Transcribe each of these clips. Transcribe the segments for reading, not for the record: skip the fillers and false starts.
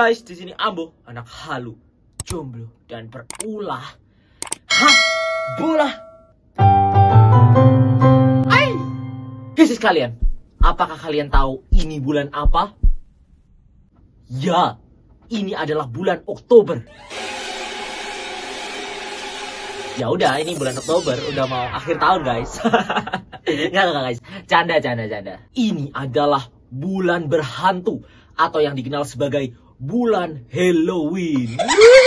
guys, di sini Ambo, anak halu, jomblo dan berulah. Hah, bola. Hai, guys sekalian, apakah kalian tahu ini bulan apa? Ya, ini adalah bulan Oktober. Ya udah, ini bulan Oktober, udah mau akhir tahun guys. Nggak guys, canda. Ini adalah bulan berhantu atau yang dikenal sebagai bulan Halloween.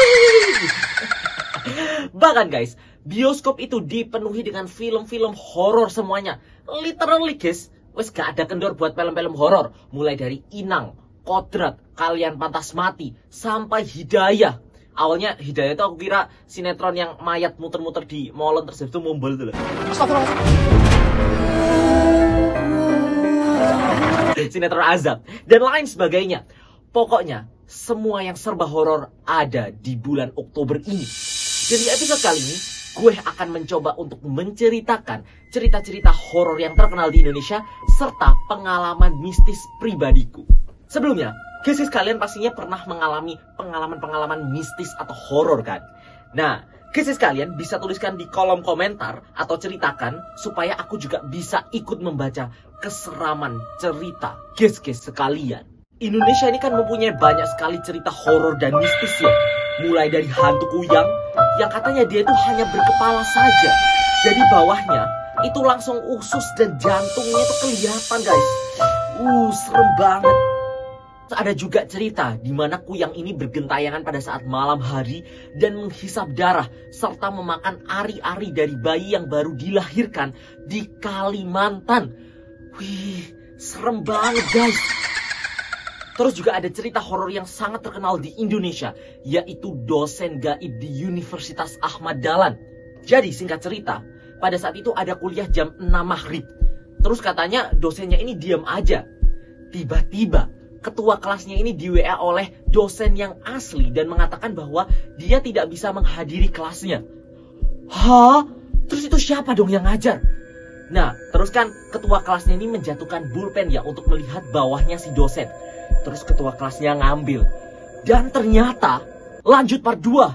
Bahkan guys, bioskop itu dipenuhi dengan film-film horor semuanya. Literally guys, wes gak ada kendor buat film-film horor. Mulai dari Inang, Kodrat, Kalian Pantas Mati, sampai Hidayah. Awalnya Hidayah itu aku kira sinetron yang mayat muter-muter di molen tersebut itu mumbul tuh loh. Sinetron azab dan lain sebagainya. Pokoknya semua yang serba horor ada di bulan Oktober ini. Dan di episode kali ini gue akan mencoba untuk menceritakan cerita-cerita horor yang terkenal di Indonesia serta pengalaman mistis pribadiku. Sebelumnya, guys kalian pastinya pernah mengalami pengalaman-pengalaman mistis atau horor kan? Nah, guys kalian bisa tuliskan di kolom komentar atau ceritakan supaya aku juga bisa ikut membaca keseraman cerita guys sekalian. Indonesia ini kan mempunyai banyak sekali cerita horor dan mistis ya. Mulai dari hantu kuyang yang katanya dia itu hanya berkepala saja. Jadi bawahnya itu langsung usus dan jantungnya itu kelihatan guys. Serem banget. Ada juga cerita di mana kuyang ini bergentayangan pada saat malam hari dan menghisap darah serta memakan ari-ari dari bayi yang baru dilahirkan di Kalimantan. Wih, serem banget guys. Terus juga ada cerita horor yang sangat terkenal di Indonesia, yaitu dosen gaib di Universitas Ahmad Dahlan. Jadi singkat cerita, pada saat itu ada kuliah jam 6 maghrib. Terus katanya dosennya ini diam aja. Tiba-tiba ketua kelasnya ini di WA oleh dosen yang asli dan mengatakan bahwa dia tidak bisa menghadiri kelasnya. Hah? Terus itu siapa dong yang ngajar? Nah, terus kan ketua kelasnya ini menjatuhkan pulpen ya untuk melihat bawahnya si dosen. Terus ketua kelasnya ngambil. Dan ternyata lanjut part 2.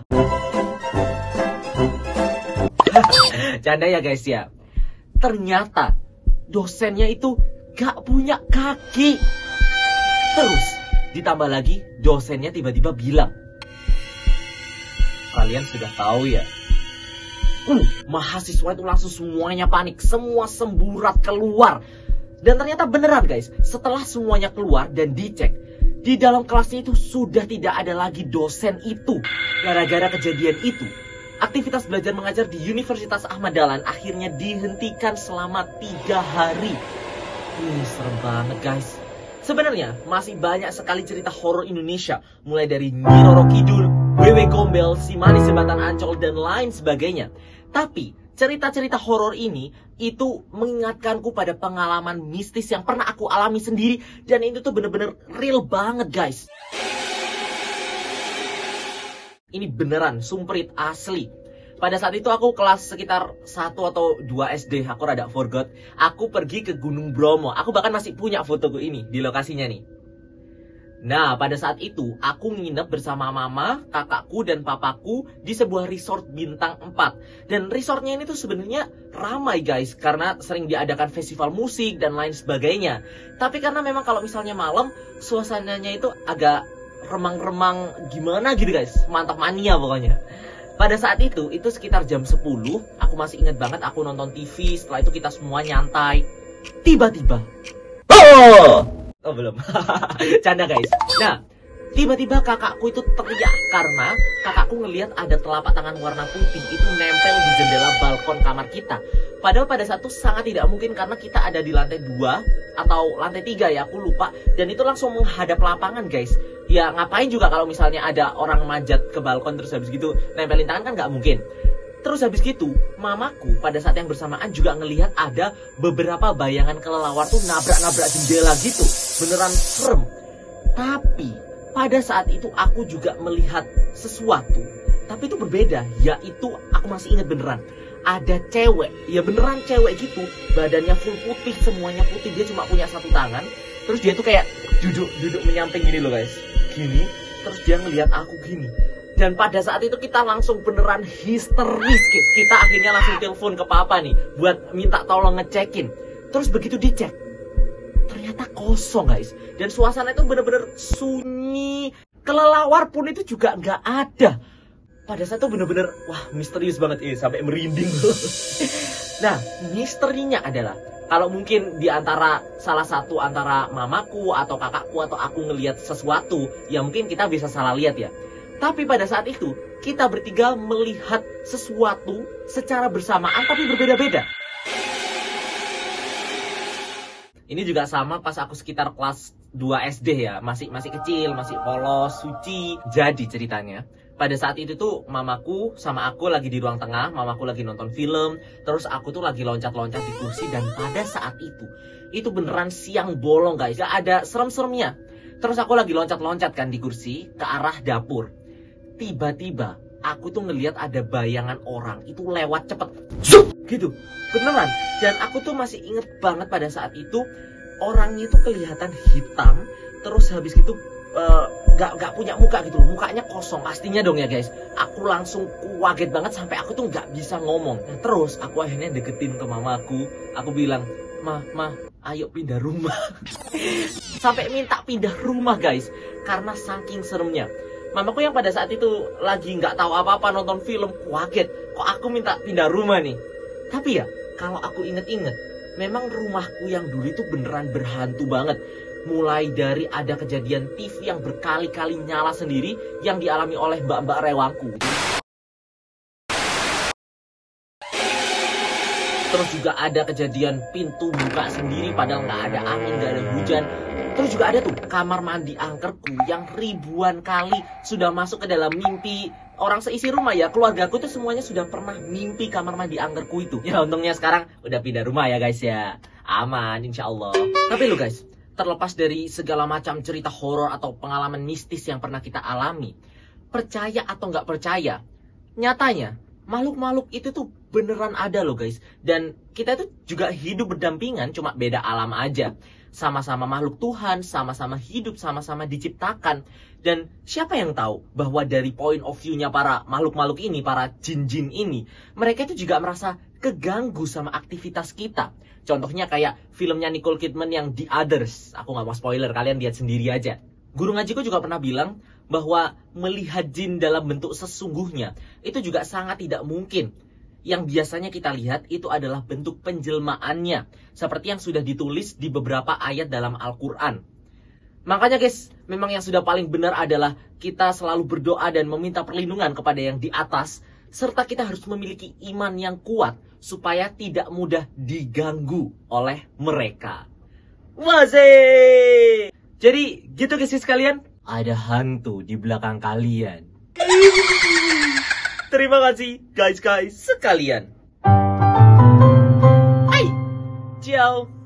Canda ya guys ya. Ternyata dosennya itu gak punya kaki. Terus ditambah lagi dosennya tiba-tiba bilang, kalian sudah tahu ya. Mahasiswa itu langsung semuanya panik. Semua semburat keluar. Dan ternyata beneran guys, setelah semuanya keluar dan dicek, di dalam kelasnya itu sudah tidak ada lagi dosen itu. Gara-gara kejadian itu, aktivitas belajar mengajar di Universitas Ahmad Dahlan akhirnya dihentikan selama 3 hari. Serem banget guys. Sebenarnya masih banyak sekali cerita horor Indonesia, mulai dari Nyi Roro Kidul, Wewe Gombel, Si Manis Jembatan Ancol, dan lain sebagainya. Tapi cerita-cerita horor ini itu mengingatkanku pada pengalaman mistis yang pernah aku alami sendiri. Dan itu tuh bener-bener real banget guys. Ini beneran sumprit asli. Pada saat itu aku kelas sekitar 1 atau 2 SD, aku rada forgot. Aku pergi ke Gunung Bromo. Aku bahkan masih punya fotoku ini di lokasinya nih. Nah, pada saat itu aku nginep bersama mama, kakakku, dan papaku di sebuah resort bintang 4. Dan resortnya ini tuh sebenarnya ramai guys, karena sering diadakan festival musik dan lain sebagainya. Tapi karena memang kalau misalnya malam, suasananya itu agak remang-remang gimana gitu guys. Mantap mania pokoknya. Pada saat itu sekitar jam 10, aku masih ingat banget aku nonton TV, setelah itu kita semua nyantai. Tiba-tiba, oh belum, canda guys. Nah, tiba-tiba kakakku itu teriak karena kakakku ngelihat ada telapak tangan warna putih itu nempel di jendela balkon kamar kita. Padahal pada saat itu sangat tidak mungkin karena kita ada di lantai 2 atau lantai 3 ya, aku lupa. Dan itu langsung menghadap lapangan guys. Ya ngapain juga kalau misalnya ada orang manjat ke balkon terus habis gitu nempelin tangan kan nggak mungkin. Terus habis gitu mamaku pada saat yang bersamaan juga ngelihat ada beberapa bayangan kelelawar tuh nabrak-nabrak jendela gitu. Beneran serem. Tapi pada saat itu aku juga melihat sesuatu. Tapi itu berbeda, yaitu aku masih ingat beneran. Ada cewek, ya beneran cewek gitu. Badannya full putih, semuanya putih. Dia cuma punya 1 tangan. Terus dia tuh kayak duduk menyamping gini loh guys. Gini. Terus dia ngeliat aku gini. Dan pada saat itu kita langsung beneran histeris, guys. Kita akhirnya langsung telepon ke papa nih buat minta tolong ngecekin. Terus begitu dicek, ternyata kosong, guys. Dan suasana itu bener-bener sunyi. Kelelawar pun itu juga nggak ada. Pada saat itu bener-bener, wah misterius banget. Sampai merinding. Nah, misterinya adalah, kalau mungkin di antara salah satu antara mamaku atau kakakku atau aku ngelihat sesuatu, ya mungkin kita bisa salah lihat ya. Tapi pada saat itu, kita bertiga melihat sesuatu secara bersamaan tapi berbeda-beda. Ini juga sama pas aku sekitar kelas 2 SD ya. Masih kecil, masih polos, suci. Jadi ceritanya, pada saat itu tuh mamaku sama aku lagi di ruang tengah. Mamaku lagi nonton film. Terus aku tuh lagi loncat-loncat di kursi. Dan pada saat itu beneran siang bolong, guys. Gak ada serem-seremnya. Terus aku lagi loncat-loncat kan di kursi ke arah dapur. Tiba-tiba aku tuh ngelihat ada bayangan orang itu lewat cepet, gitu, beneran. Dan aku tuh masih inget banget pada saat itu orangnya itu kelihatan hitam. Terus habis gitu gak punya muka gitu loh, mukanya kosong pastinya dong ya guys. Aku langsung kaget banget sampai aku tuh gak bisa ngomong. Nah, terus aku akhirnya deketin ke mamaku. Aku bilang, Ma, ayo pindah rumah. Sampai minta pindah rumah guys, karena saking seremnya. Mamaku yang pada saat itu lagi nggak tahu apa-apa nonton film, kaget kok aku minta pindah rumah nih. Tapi ya kalau aku inget-inget, memang rumahku yang dulu itu beneran berhantu banget. Mulai dari ada kejadian TV yang berkali-kali nyala sendiri yang dialami oleh mbak-mbak rewangku. Terus juga ada kejadian pintu buka sendiri padahal nggak ada angin, nggak ada hujan. Terus juga ada tuh kamar mandi angkerku yang ribuan kali sudah masuk ke dalam mimpi orang seisi rumah ya. Keluargaku tuh semuanya sudah pernah mimpi kamar mandi angkerku itu. Ya untungnya sekarang udah pindah rumah ya guys ya. Aman insya Allah. Tapi lo guys, terlepas dari segala macam cerita horor atau pengalaman mistis yang pernah kita alami, percaya atau nggak percaya, nyatanya makhluk-makhluk itu tuh beneran ada loh guys. Dan kita itu juga hidup berdampingan, cuma beda alam aja. Sama-sama makhluk Tuhan, sama-sama hidup, sama-sama diciptakan. Dan siapa yang tahu bahwa dari point of view-nya para makhluk-makhluk ini, para jin-jin ini, mereka itu juga merasa keganggu sama aktivitas kita. Contohnya kayak filmnya Nicole Kidman yang The Others. Aku nggak mau spoiler, kalian lihat sendiri aja. Guru ngajiku juga pernah bilang bahwa melihat jin dalam bentuk sesungguhnya itu juga sangat tidak mungkin. Yang biasanya kita lihat itu adalah bentuk penjelmaannya, seperti yang sudah ditulis di beberapa ayat dalam Al-Quran. Makanya guys, memang yang sudah paling benar adalah kita selalu berdoa dan meminta perlindungan kepada yang di atas, serta kita harus memiliki iman yang kuat supaya tidak mudah diganggu oleh mereka. Wazee! Jadi gitu guys sekalian, ada hantu di belakang kalian. Terima kasih guys sekalian. Hai, ciao.